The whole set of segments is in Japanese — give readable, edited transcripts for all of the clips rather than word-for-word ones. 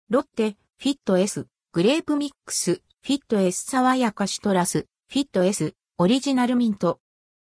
ロッテ、フィット S、グレープミックス、フィット S 爽やかシトラス、フィット S、オリジナルミント。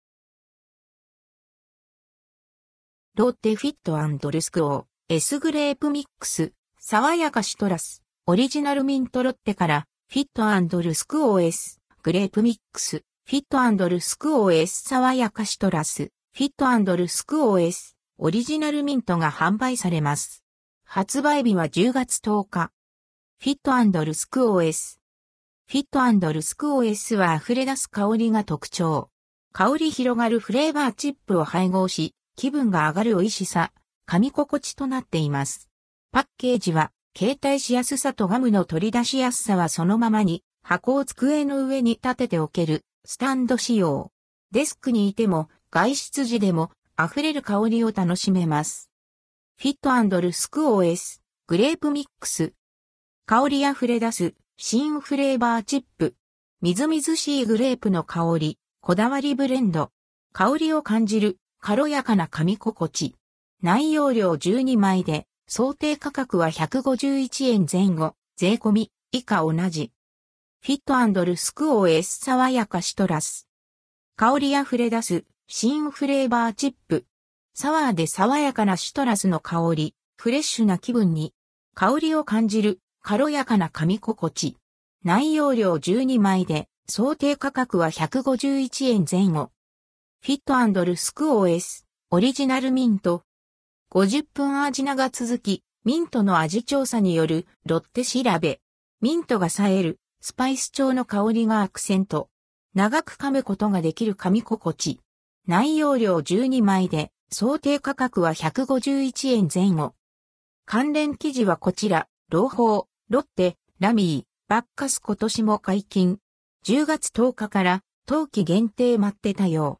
ロッテフィット&ルスクオー、S グレープミックス、爽やかシトラス、オリジナルミントロッテから、フィット&ルスクオー S、グレープミックス、フィット&ルスクオー S 爽やかシトラス、フィット&ルスクオー S、オリジナルミントが販売されます。発売日は10月10日。フィット&ルスクオー S。フィット&ルスクオー S は溢れ出す香りが特徴。香り広がるフレーバーチップを配合し、気分が上がる美味しさ、噛み心地となっています。パッケージは、携帯しやすさとガムの取り出しやすさはそのままに、箱を机の上に立てておける、スタンド仕様。デスクにいても、外出時でも、溢れる香りを楽しめます。フィット&ルスクオー S、グレープミックス。香り溢れ出す、新フレーバーチップ。みずみずしいグレープの香り、こだわりブレンド。香りを感じる、軽やかな噛み心地。内容量12枚で、想定価格は151円前後、税込み、以下同じ。フィット&ルスクオー S 爽やかシトラス。香り溢れ出す、新フレーバーチップ。サワーで爽やかなシトラスの香り、フレッシュな気分に。香りを感じる、軽やかな噛み心地。内容量12枚で、想定価格は151円前後。フィット&ルスクオー S、オリジナルミント。50分味なが続き、ミントの味調査によるロッテ調べ。ミントが冴える、スパイス調の香りがアクセント。長く噛むことができる噛み心地。内容量12枚で、想定価格は151円前後。関連記事はこちら、朗報、ロッテ、ラミー、バッカス今年も解禁。10月10日から、冬季限定待ってたよ。